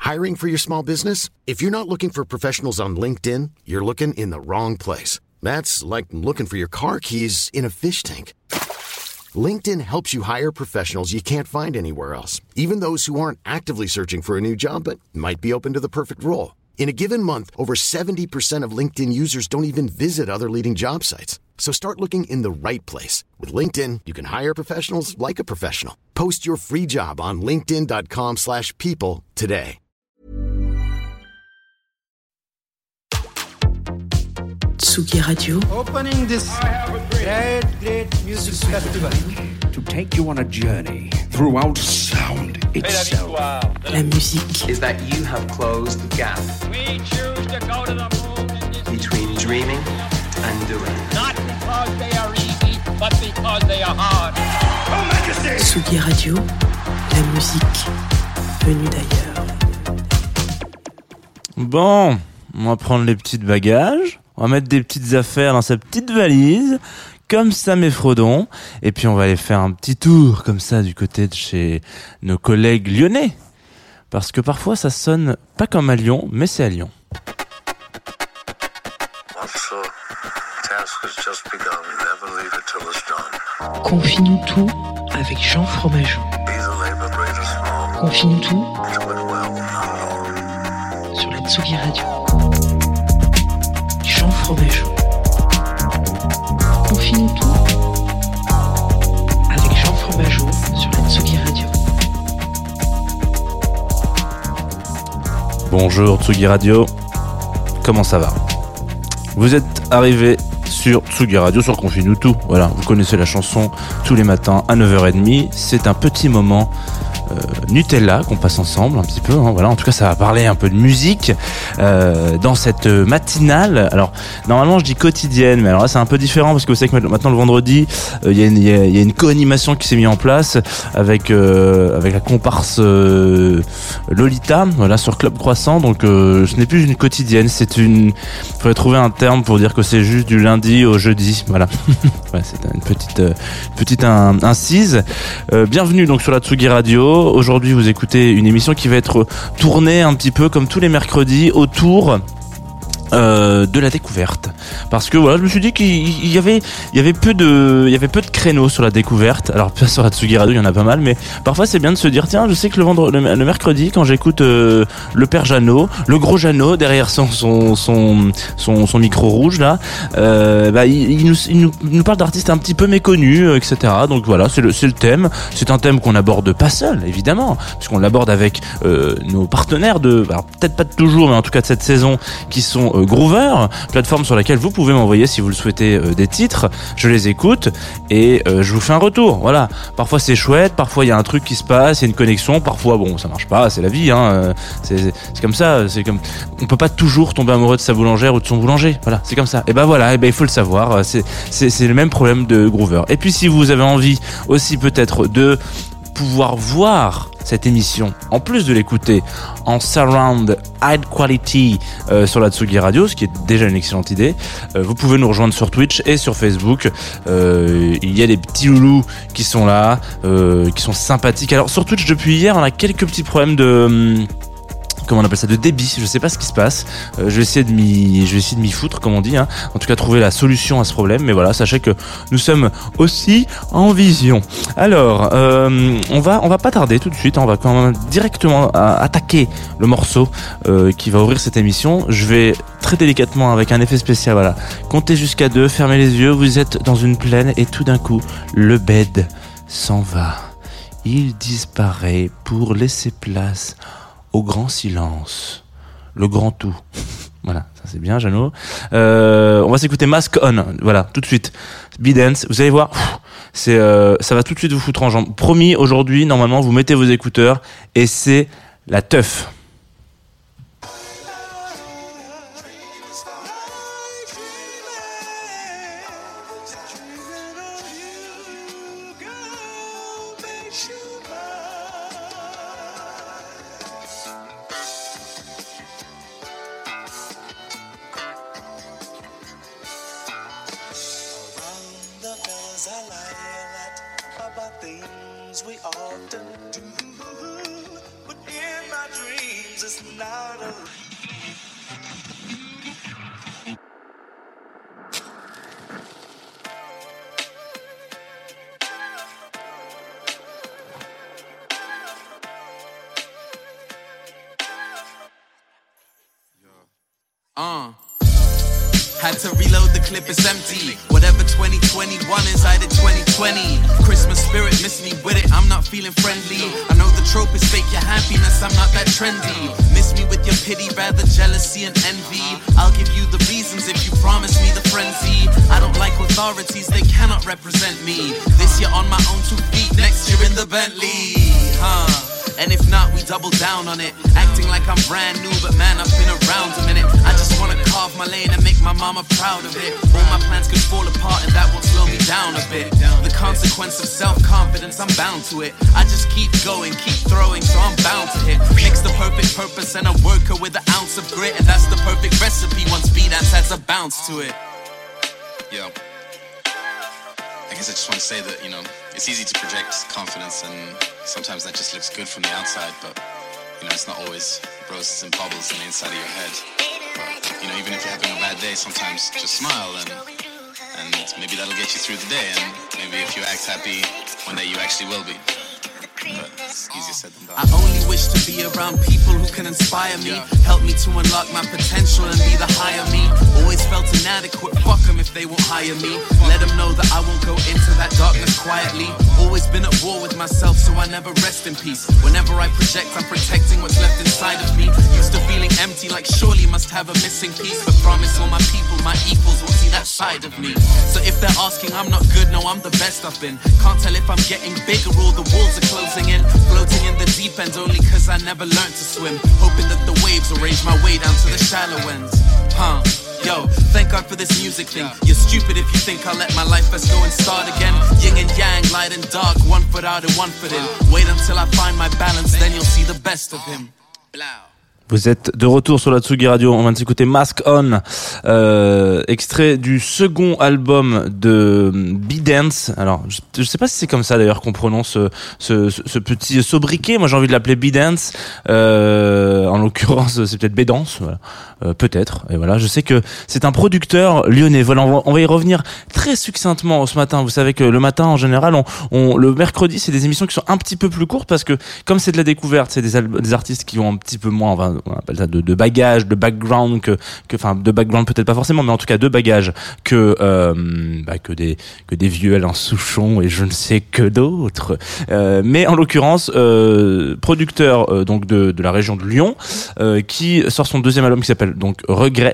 Hiring for your small business? If you're not looking for professionals on LinkedIn, you're looking in the wrong place. That's like looking for your car keys in a fish tank. LinkedIn helps you hire professionals you can't find anywhere else, even those who aren't actively searching for a new job but might be open to the perfect role. In a given month, over 70% of LinkedIn users don't even visit other leading job sites. So start looking in the right place. With LinkedIn, you can hire professionals like a professional. Post your free job on linkedin.com/people today. Tsugi Radio. Opening this great music festival. To take you on a journey throughout sound itself. La musique. Is that you have closed the gap. We choose to go to the moon between dreaming and doing. Not because they are easy, but because they are hard. Oh, Majesty! Tsugi Radio. La musique venue d'ailleurs. Bon, on va prendre les petits bagages. On va mettre des petites affaires dans sa petite valise, comme ça mes Frodons, et puis on va aller faire un petit tour comme ça du côté de chez nos collègues lyonnais, parce que parfois ça sonne pas comme à Lyon, mais c'est à Lyon. Confie-nous tout avec Jean Fromageau. Confie-nous tout sur la Tsugi Radio. Jean Fromageau. Confie-nous tout avec Jean Fromageau sur la Tsugi Radio. Bonjour Tsugi Radio, comment ça va? Vous êtes arrivés sur Tsugi Radio, sur Confie-nous tout. Voilà, vous connaissez la chanson tous les matins à 9h30. C'est un petit moment Nutella qu'on passe ensemble un petit peu, hein, voilà. En tout cas ça va parler un peu de musique dans cette matinale. Alors normalement je dis quotidienne, mais alors là c'est un peu différent parce que vous savez que maintenant le vendredi il y a une co-animation qui s'est mise en place avec la comparse Lolita, voilà, sur Club Croissant. Donc ce n'est plus une quotidienne, c'est une, faudrait trouver un terme pour dire que c'est juste du lundi au jeudi, voilà. Ouais, c'est une petite incise. Bienvenue donc sur la Tsugi Radio. Aujourd'hui, vous écoutez une émission qui va être tournée un petit peu comme tous les mercredis autour de la découverte, parce que voilà, je me suis dit qu'il y avait peu de créneaux sur la découverte. Alors sur la Tsugi Radio il y en a pas mal, mais parfois c'est bien de se dire tiens, je sais que le mercredi quand j'écoute le père Jeannot, le gros Jeannot derrière son micro rouge là, il nous parle d'artistes un petit peu méconnus, etc. Donc voilà, c'est le thème. C'est un thème qu'on aborde pas seul évidemment, puisqu'on l'aborde avec nos partenaires alors peut-être pas de toujours, mais en tout cas de cette saison, qui sont Groover, plateforme sur laquelle vous pouvez m'envoyer si vous le souhaitez des titres, je les écoute et je vous fais un retour. Voilà, parfois c'est chouette, parfois il y a un truc qui se passe, il y a une connexion, parfois bon ça marche pas, c'est la vie, hein. C'est comme ça, c'est comme on peut pas toujours tomber amoureux de sa boulangère ou de son boulanger. Voilà, c'est comme ça. Et ben voilà, il faut le savoir, c'est le même problème de Groover. Et puis si vous avez envie aussi peut-être de pouvoir voir cette émission, en plus de l'écouter en surround high quality sur la Tsugi Radio, ce qui est déjà une excellente idée, vous pouvez nous rejoindre sur Twitch et sur Facebook. Il y a des petits loulous qui sont là, qui sont sympathiques. Alors sur Twitch depuis hier, on a quelques petits problèmes de comment on appelle ça, de débit, je sais pas ce qui se passe. Je vais essayer de m'y foutre, comme on dit, hein. En tout cas trouver la solution à ce problème. Mais voilà, sachez que nous sommes aussi en vision. Alors on va pas tarder tout de suite, hein. On va quand même directement attaquer le morceau qui va ouvrir cette émission. Je vais très délicatement, avec un effet spécial, voilà, compter jusqu'à 2, fermez les yeux, vous êtes dans une plaine et tout d'un coup le bed s'en va, il disparaît pour laisser place au grand silence, le grand tout. Voilà, ça c'est bien, Jeannot. On va s'écouter Mask On, voilà, tout de suite. Be-Dance, vous allez voir, ça va tout de suite vous foutre en jambe. Promis, aujourd'hui, normalement, vous mettez vos écouteurs et c'est la teuf. Things we often do, but in my dreams is not a Had to reload the clip, it's empty. Whatever 2021 is, I did 2020. Christmas spirit, miss me with it, I'm not feeling friendly. I know the trope is fake your happiness, I'm not that trendy. Miss me with your pity, rather jealousy and envy. I'll give you the reasons if you promise me the frenzy. I don't like authorities, they cannot represent me. This year on my own 2 feet, next year in the Bentley. And if not, we double down on it. Acting like I'm brand new, but man, I've been around a minute. I just wanna carve my lane and make my mama proud of it. All my plans could fall apart and that won't slow me down a bit. The consequence of self-confidence, I'm bound to it. I just keep going, keep throwing, so I'm bound to hit. Mix the perfect purpose and a worker with an ounce of grit. And that's the perfect recipe once B-Dance has a bounce to it. Yo, I guess I just want to say that, you know, it's easy to project confidence and sometimes that just looks good from the outside, but, you know, it's not always roses and bubbles on the inside of your head. But, you know, even if you're having a bad day, sometimes just smile and maybe that'll get you through the day, and maybe if you act happy, one day you actually will be. But it's easier said than done. I only wish to be around people who can inspire me, help me to unlock my potential and be the higher me. Always felt inadequate, fuck them if they won't hire me. Let them know that I won't go into that darkness quietly. Always been at war with myself, so I never rest in peace. Whenever I project, I'm protecting what's left inside of me. Used to feeling empty, like surely must have a missing piece. But promise all my people, my equals won't see that side of me. So if they're asking, I'm not good, no, I'm the best I've been. Can't tell if I'm getting bigger or the walls are closing in. Floating in the deep end only cause I never learned to swim. Hoping that the waves will range my way down to the shallow ends. Yo, thank God for this music thing. You're stupid if you think I'll let my life best go and start again. Yin and yang, light and dark, 1 foot out and 1 foot in. Wait until I find my balance, then you'll see the best of him. Vous êtes de retour sur la Tsugi Radio. On vient de s'écouter Mask On, extrait du second album de B-Dance. Alors, je sais pas si c'est comme ça d'ailleurs qu'on prononce ce petit sobriquet. Moi, j'ai envie de l'appeler B-Dance. En l'occurrence, c'est peut-être B-Dance. Voilà. Peut-être. Et voilà, je sais que c'est un producteur lyonnais. Voilà, on va y revenir très succinctement ce matin. Vous savez que le matin, en général, le mercredi, c'est des émissions qui sont un petit peu plus courtes parce que comme c'est de la découverte, c'est des artistes qui ont un petit peu moins, on appelle ça de bagage, de background enfin de background peut-être pas forcément, mais en tout cas de bagage que des vieux Alain Souchon et je ne sais que d'autres. Mais en l'occurrence, producteur donc de la région de Lyon, qui sort son deuxième album qui s'appelle donc Regret.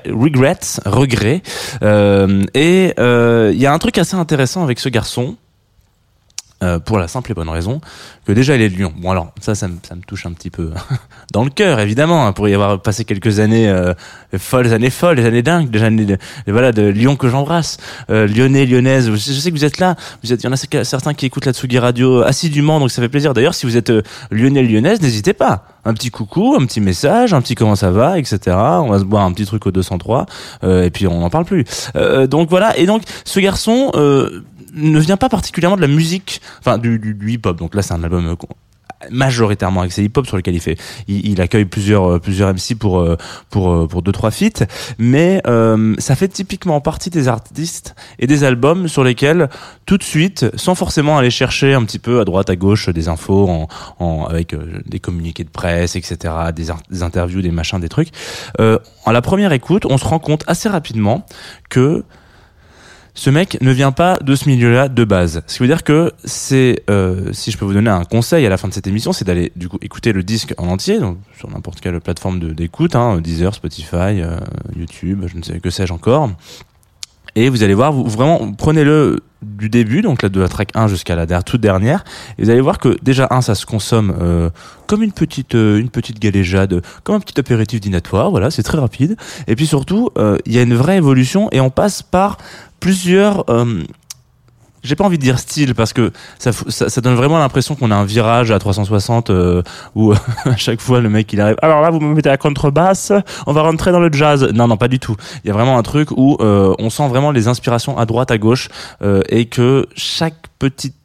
Et il y a un truc assez intéressant avec ce garçon. Pour la simple et bonne raison que déjà il est de Lyon. Bon alors ça me touche un petit peu dans le cœur évidemment, pour y avoir passé quelques années folles, les années dingues, des années de Lyon que j'embrasse, lyonnais, lyonnaises. Je sais que vous êtes là, il y en a certains qui écoutent la Tsugi Radio assidûment, donc ça fait plaisir. D'ailleurs si vous êtes lyonnais, lyonnaise, n'hésitez pas. Un petit coucou, un petit message, un petit comment ça va, etc. On va se boire un petit truc au 203 et puis on n'en parle plus. Donc voilà, et donc ce garçon ne vient pas particulièrement de la musique, enfin du hip-hop. Donc là, c'est un album majoritairement axé hip-hop sur lequel il accueille plusieurs MC pour 2-3 feats, mais ça fait typiquement partie des artistes et des albums sur lesquels tout de suite, sans forcément aller chercher un petit peu à droite à gauche des infos avec des communiqués de presse, etc., des interviews, des machins, des trucs, en la première écoute, on se rend compte assez rapidement que ce mec ne vient pas de ce milieu-là de base. Ce qui veut dire que c'est, si je peux vous donner un conseil à la fin de cette émission, c'est d'aller du coup écouter le disque en entier, donc sur n'importe quelle plateforme d'écoute, Deezer, Spotify, YouTube, je ne sais que sais-je encore. Et vous allez voir, vous vraiment prenez-le du début, donc de la track 1 jusqu'à la toute dernière, et vous allez voir que déjà ça se consomme comme une petite galéjade, comme un petit apéritif dînatoire, voilà, c'est très rapide. Et puis surtout, il y a une vraie évolution et on passe par plusieurs j'ai pas envie de dire style parce que ça donne vraiment l'impression qu'on a un virage à 360 où à chaque fois le mec il arrive. Alors là vous me mettez la contrebasse, on va rentrer dans le jazz. Non pas du tout. Il y a vraiment un truc où on sent vraiment les inspirations à droite à gauche et que chaque petite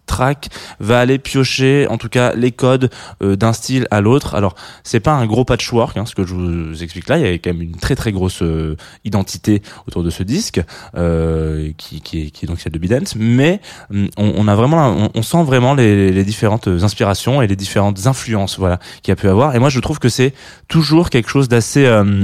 track va aller piocher en tout cas les codes d'un style à l'autre. Alors c'est pas un gros patchwork, ce que je vous explique là, il y a quand même une très très grosse identité autour de ce disque qui est donc celle de Bidance, mais on a vraiment on sent vraiment les différentes inspirations et les différentes influences voilà qu'il y a pu avoir, et moi je trouve que c'est toujours quelque chose d'assez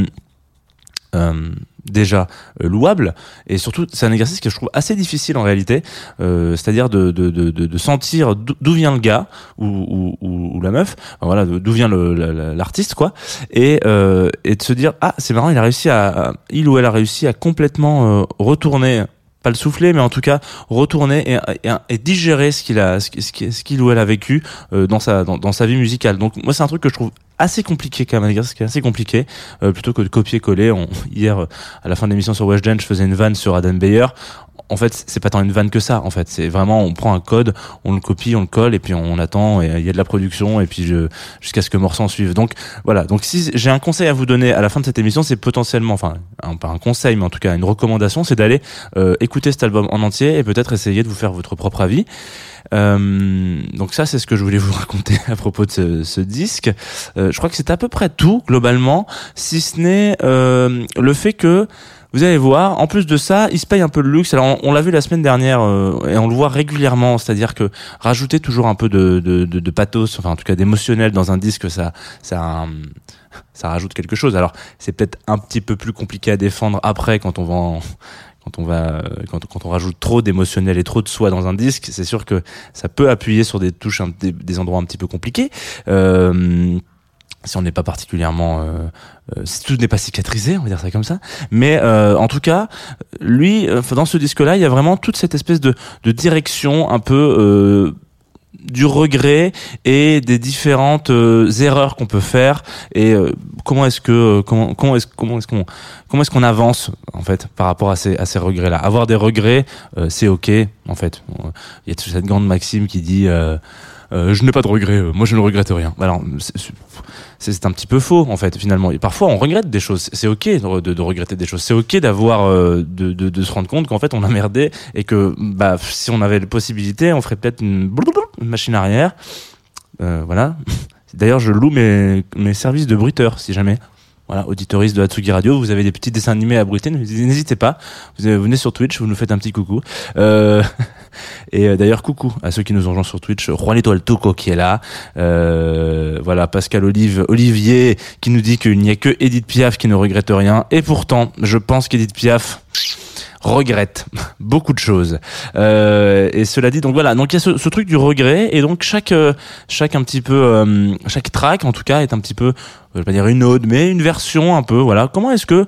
déjà louable, et surtout c'est un exercice que je trouve assez difficile en réalité, c'est-à-dire de sentir d'où vient le gars ou la meuf, enfin, voilà, d'où vient l'artiste quoi, et de se dire c'est marrant, il ou elle a réussi à complètement retourner, pas le souffler, mais en tout cas retourner et digérer ce qu'il ou elle a vécu dans sa vie musicale. Donc moi c'est un truc que je trouve assez compliqué quand même, un exercice qui est assez compliqué, plutôt que de copier-coller. Hier à la fin de l'émission sur Weshden, je faisais une vanne sur Adam Beyer. En fait, c'est pas tant une vanne que ça. En fait, c'est vraiment, on prend un code, on le copie, on le colle, et puis on attend, et il y a de la production, et puis jusqu'à ce que Morceau en suive. Donc voilà. Donc si j'ai un conseil à vous donner à la fin de cette émission, c'est potentiellement, enfin, pas un conseil, mais en tout cas une recommandation, c'est d'aller écouter cet album en entier et peut-être essayer de vous faire votre propre avis. Donc ça, c'est ce que je voulais vous raconter à propos de ce disque. Je crois que c'est à peu près tout globalement, si ce n'est le fait que vous allez voir, en plus de ça, il se paye un peu de luxe. Alors on l'a vu la semaine dernière et on le voit régulièrement, c'est-à-dire que rajouter toujours un peu de pathos, enfin en tout cas d'émotionnel dans un disque, ça rajoute quelque chose. Alors c'est peut-être un petit peu plus compliqué à défendre après quand on rajoute trop d'émotionnel et trop de soi dans un disque. C'est sûr que ça peut appuyer sur des touches, des endroits un petit peu compliqués. Si on n'est pas particulièrement, si tout n'est pas cicatrisé, on va dire ça comme ça. Mais en tout cas, lui, dans ce disque-là, il y a vraiment toute cette espèce de direction un peu du regret et des différentes erreurs qu'on peut faire, et comment est-ce qu'on avance en fait par rapport à ces regrets-là. Avoir des regrets, c'est ok en fait. Il y a cette grande maxime qui dit je n'ai pas de regrets, moi je ne regrette rien. Alors c'est un petit peu faux en fait finalement. Et parfois on regrette des choses, c'est ok de regretter des choses, c'est ok d'avoir de se rendre compte qu'en fait on a merdé, et que si on avait la possibilité on ferait peut-être une machine arrière. Voilà. D'ailleurs je loue mes services de bruiteur si jamais. Voilà, auditoristes de Hatsugi Radio, vous avez des petits dessins animés à bruiter, n'hésitez pas. Vous venez sur Twitch, vous nous faites un petit coucou. Et d'ailleurs, coucou à ceux qui nous rejoignent sur Twitch. Juanito Altuco qui est là. Voilà, Pascal Olivier qui nous dit qu'il n'y a que Edith Piaf qui ne regrette rien. Et pourtant, je pense qu'Edith Piaf regrette beaucoup de choses. Et cela dit, donc voilà, donc il y a ce truc du regret, et donc chaque track en tout cas est un petit peu, je vais pas dire une ode, mais une version un peu, voilà. Comment est-ce qu'on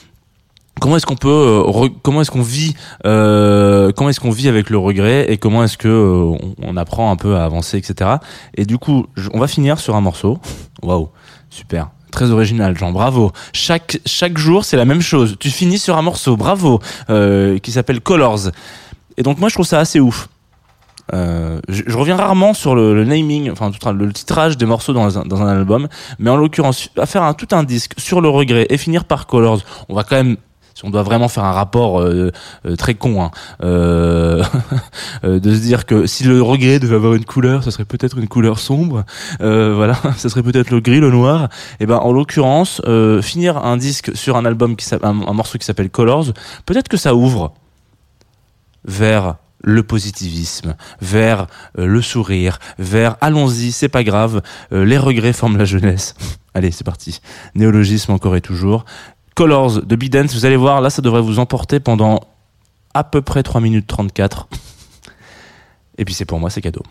vit avec le regret, et comment est-ce que on apprend un peu à avancer, etc. Et du coup, on va finir sur un morceau. Waouh, super. Très original, Jean, bravo. Chaque jour, c'est la même chose. Tu finis sur un morceau, bravo, qui s'appelle Colors. Et donc moi, je trouve ça assez ouf. Je reviens rarement sur le naming, enfin le titrage des morceaux dans un album, mais en l'occurrence, à faire tout un disque sur le regret et finir par Colors, on va quand même, si on doit vraiment faire un rapport très con, de se dire que si le regret devait avoir une couleur, ce serait peut-être une couleur sombre, voilà, ce serait peut-être le gris, le noir. Et ben en l'occurrence, finir un disque sur un album un morceau qui s'appelle Colors, peut-être que ça ouvre vers le positivisme, vers le sourire, vers allons-y, c'est pas grave, les regrets forment la jeunesse. Allez, c'est parti. Néologisme encore et toujours. Colors de Bidance, vous allez voir, là ça devrait vous emporter pendant à peu près 3 minutes 34. Et puis c'est pour moi, c'est cadeau.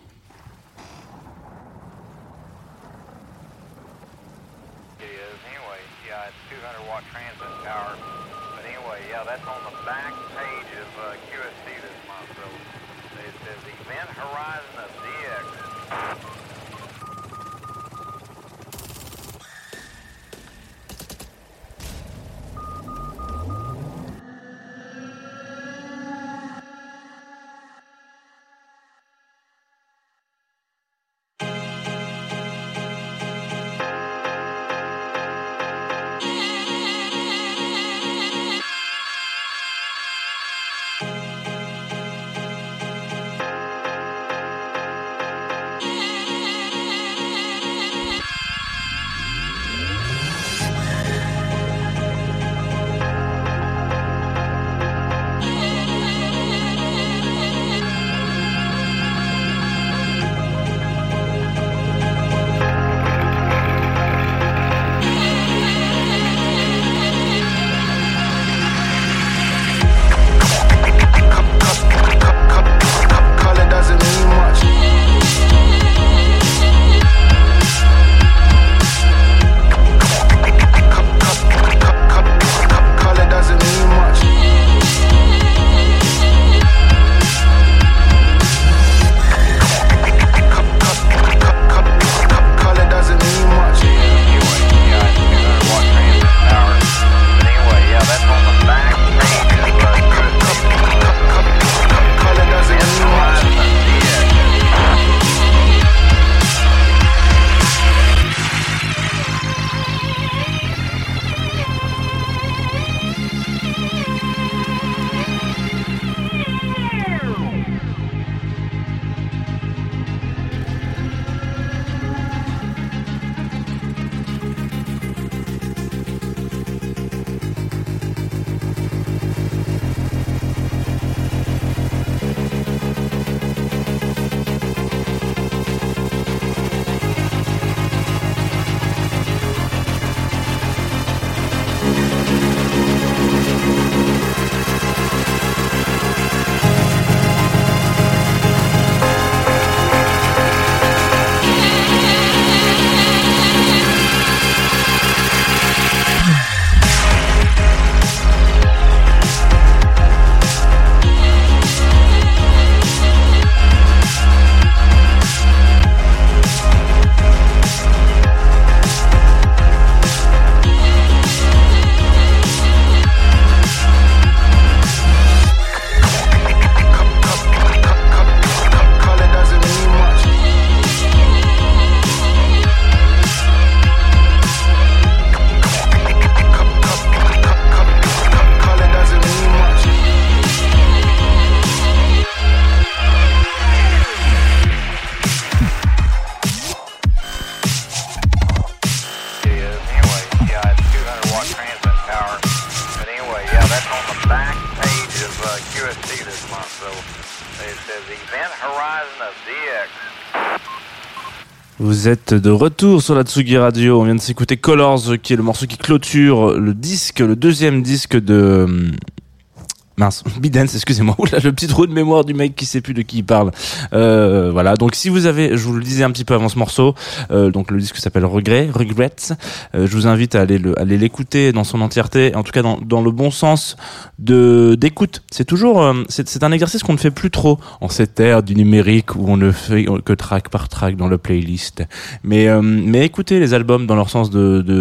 horizon of DX. Vous êtes de retour sur la Tsugi Radio. On vient de s'écouter Colors, qui est le morceau qui clôture le deuxième disque de... Bidance, excusez-moi. Oula, le petit trou de mémoire du mec qui sait plus de qui il parle. Voilà. Donc, si vous avez, je vous le disais un petit peu avant ce morceau, donc le disque s'appelle Regrets. Je vous invite à aller l'écouter dans son entièreté, en tout cas dans le bon sens d'écoute. C'est toujours, c'est un exercice qu'on ne fait plus trop en cette ère du numérique où on ne fait que track par track dans le playlist. Mais écoutez les albums dans leur sens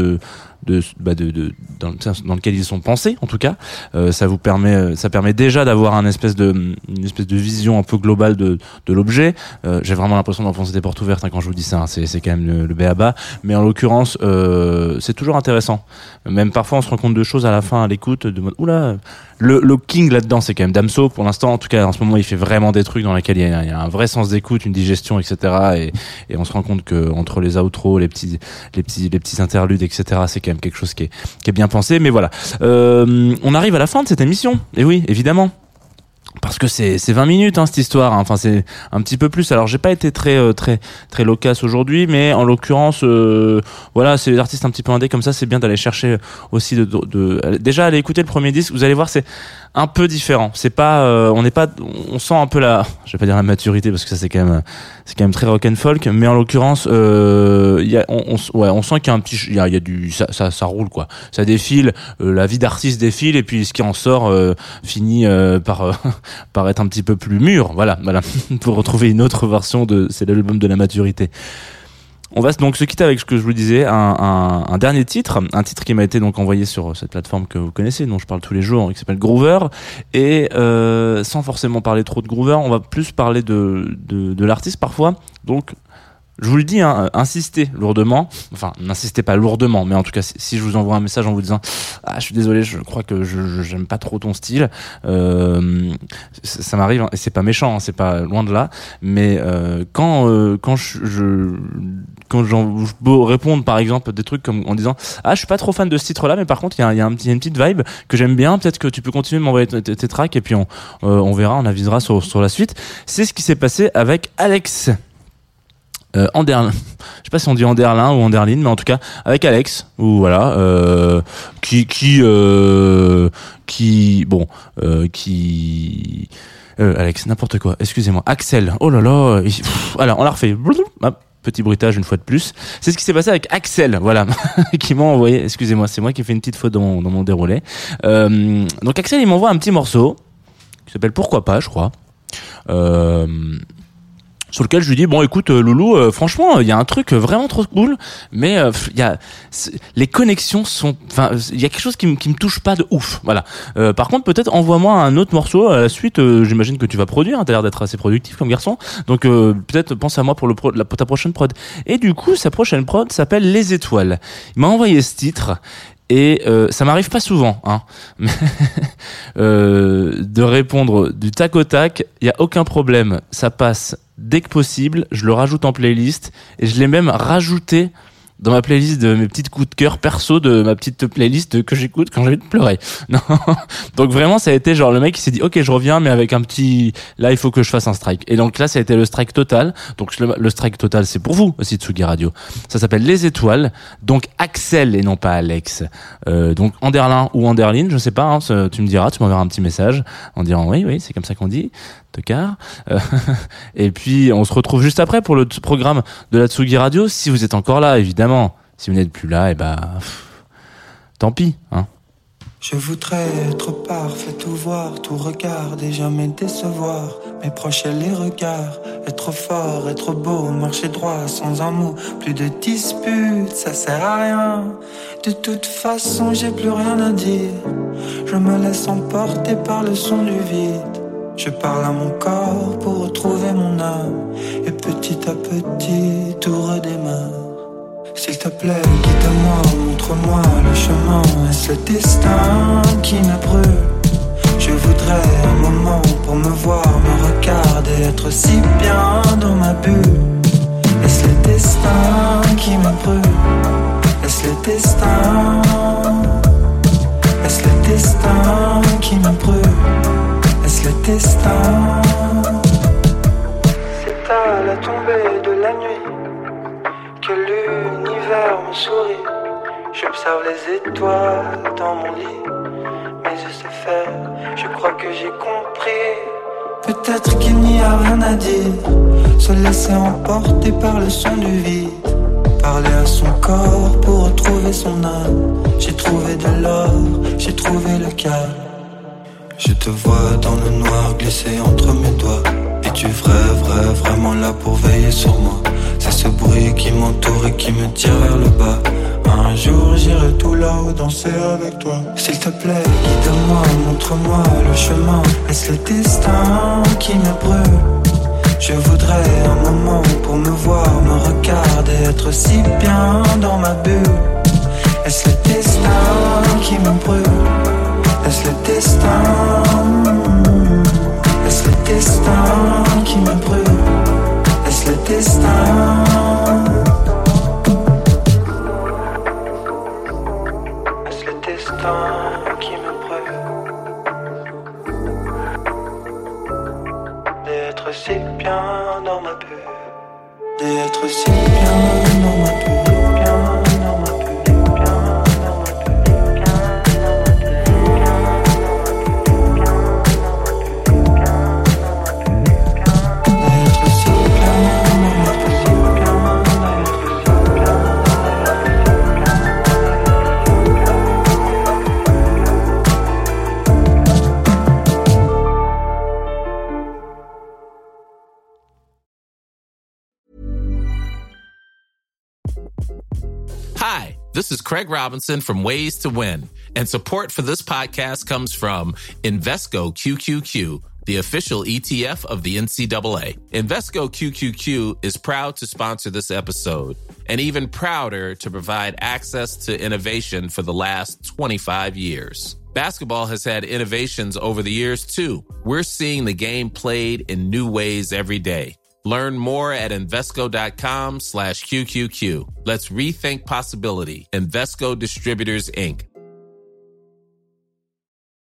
dans lequel ils sont pensés, en tout cas. Ça permet déjà d'avoir une espèce de vision un peu globale de l'objet. J'ai vraiment l'impression d'enfoncer des portes ouvertes quand je vous dis ça, hein. C'est quand même le b.a.-ba, mais en l'occurrence c'est toujours intéressant. Même parfois on se rend compte de choses à la fin à l'écoute, de mode oula, le king là-dedans c'est quand même Damso pour l'instant, en tout cas en ce moment il fait vraiment des trucs dans lesquels il y a un vrai sens d'écoute, une digestion, etc. et on se rend compte que entre les outros, les petits interludes, etc., c'est quand même quelque chose qui est bien pensé. Mais voilà, on arrive à la fin de cette émission, et oui, évidemment, parce que c'est 20 minutes, hein, cette histoire, hein. Enfin, c'est un petit peu plus. Alors, j'ai pas été très loquace aujourd'hui, mais en l'occurrence, voilà, c'est les artistes un petit peu indés comme ça, c'est bien d'aller chercher aussi déjà aller écouter le premier disque. Vous allez voir, c'est un peu différent. C'est pas, on sent un peu je vais pas dire la maturité parce que ça c'est quand même très rock and folk, mais en l'occurrence, on sent qu'il y a du, ça roule quoi. Ça défile, la vie d'artiste défile, et puis ce qui en sort finit par être un petit peu plus mûr. Voilà, pour retrouver une autre version c'est l'album de la maturité. On va donc se quitter avec ce que je vous disais, un dernier titre, un titre qui m'a été donc envoyé sur cette plateforme que vous connaissez, dont je parle tous les jours, qui s'appelle Groover, et sans forcément parler trop de Groover, on va plus parler de l'artiste parfois. Donc je vous le dis, hein, insistez lourdement, enfin n'insistez pas lourdement, mais en tout cas si je vous envoie un message en vous disant je suis désolé, je crois que j'aime pas trop ton style, ça m'arrive, hein, et c'est pas méchant, hein, c'est pas loin de là, mais quand je peux répondre par exemple des trucs comme en disant je suis pas trop fan de ce titre là, mais par contre il y a une petite vibe que j'aime bien, peut-être que tu peux continuer de m'envoyer tes tracks, et puis on verra, on avisera sur la suite. C'est ce qui s'est passé avec Alex Anderlin, je sais pas si on dit Anderlin ou Anderlin, mais en tout cas avec Alex, ou voilà, Alex, n'importe quoi, excusez-moi, Axel, oh là là, alors on la refait, petit bruitage une fois de plus. C'est ce qui s'est passé avec Axel, voilà, qui m'a envoyé, excusez-moi, c'est moi qui ai fait une petite faute dans mon déroulé. Donc Axel, il m'envoie un petit morceau qui s'appelle Pourquoi pas, je crois. Sur lequel je lui dis bon écoute Loulou, franchement il y a un truc vraiment trop cool, mais les connexions sont, enfin il y a quelque chose qui me touche pas de ouf, voilà. Par contre peut-être envoie-moi un autre morceau à la suite, j'imagine que tu vas produire, hein, t'as l'air d'être assez productif comme garçon, donc peut-être pense à moi pour ta prochaine prod. Et du coup sa prochaine prod s'appelle Les Étoiles. Il m'a envoyé ce titre. Et ça m'arrive pas souvent, hein, de répondre du tac au tac. Il y a aucun problème, ça passe dès que possible. Je le rajoute en playlist, et je l'ai même rajouté dans ma playlist de mes petites coups de cœur perso, de ma petite playlist que j'écoute quand j'ai envie de pleurer. Non. Donc vraiment, ça a été genre le mec qui s'est dit ok, je reviens, mais avec un petit, là il faut que je fasse un strike. Et donc là, ça a été le strike total. Donc le strike total, c'est pour vous aussi, Tsugi Radio. Ça s'appelle Les Étoiles. Donc Axel et non pas Alex. Donc Anderlin ou Anderlin, je sais pas, hein, tu me diras, tu m'enverras un petit message en disant oui, c'est comme ça qu'on dit. Tocard. Et puis on se retrouve juste après pour le programme de la Tsugi Radio, si vous êtes encore là, évidemment. Si vous n'êtes plus là, tant pis, hein. Je voudrais être parfait, tout voir, tout regarder, jamais décevoir mes proches et les regards. Être fort, être beau, marcher droit sans un mot. Plus de disputes, ça sert à rien. De toute façon, j'ai plus rien à dire. Je me laisse emporter par le son du vide. Je parle à mon corps pour retrouver mon âme. Et petit à petit, tout redémarre. S'il te plaît, guide-moi, montre-moi le chemin. Est-ce le destin qui me brûle? Je voudrais un moment pour me voir, me regarder, être si bien dans ma bulle. Est-ce le destin qui me brûle? Est-ce le destin? Est-ce le destin qui me brûle? Est-ce le destin? J'observe les étoiles dans mon lit. Mes yeux se ferment, je crois que j'ai compris. Peut-être qu'il n'y a rien à dire. Se laisser emporter par le son du vide. Parler à son corps pour retrouver son âme. J'ai trouvé de l'or, j'ai trouvé le calme. Je te vois dans le noir glisser entre mes doigts. Es-tu vraiment là pour veiller sur moi? C'est ce bruit qui m'entoure et qui me tire vers le bas. Un jour j'irai tout là-haut danser avec toi. S'il te plaît, guide-moi, montre-moi le chemin. Est-ce le destin qui me brûle? Je voudrais un moment pour me voir, me regarder, être si bien dans ma bulle. Est-ce le destin qui me brûle? Est-ce le destin? Est-ce le destin qui me brûle? Est-ce le destin? Est-ce le destin qui me brûle? D'être si bien dans ma bulle. D'être si bien dans ma bulle. Hi, this is Craig Robinson from Ways to Win, and support for this podcast comes from Invesco QQQ, the official ETF of the NCAA. Invesco QQQ is proud to sponsor this episode, and even prouder to provide access to innovation for the last 25 years. Basketball has had innovations over the years, too. We're seeing the game played in new ways every day. Learn more at Invesco.com/QQQ. Let's rethink possibility. Invesco Distributors, Inc.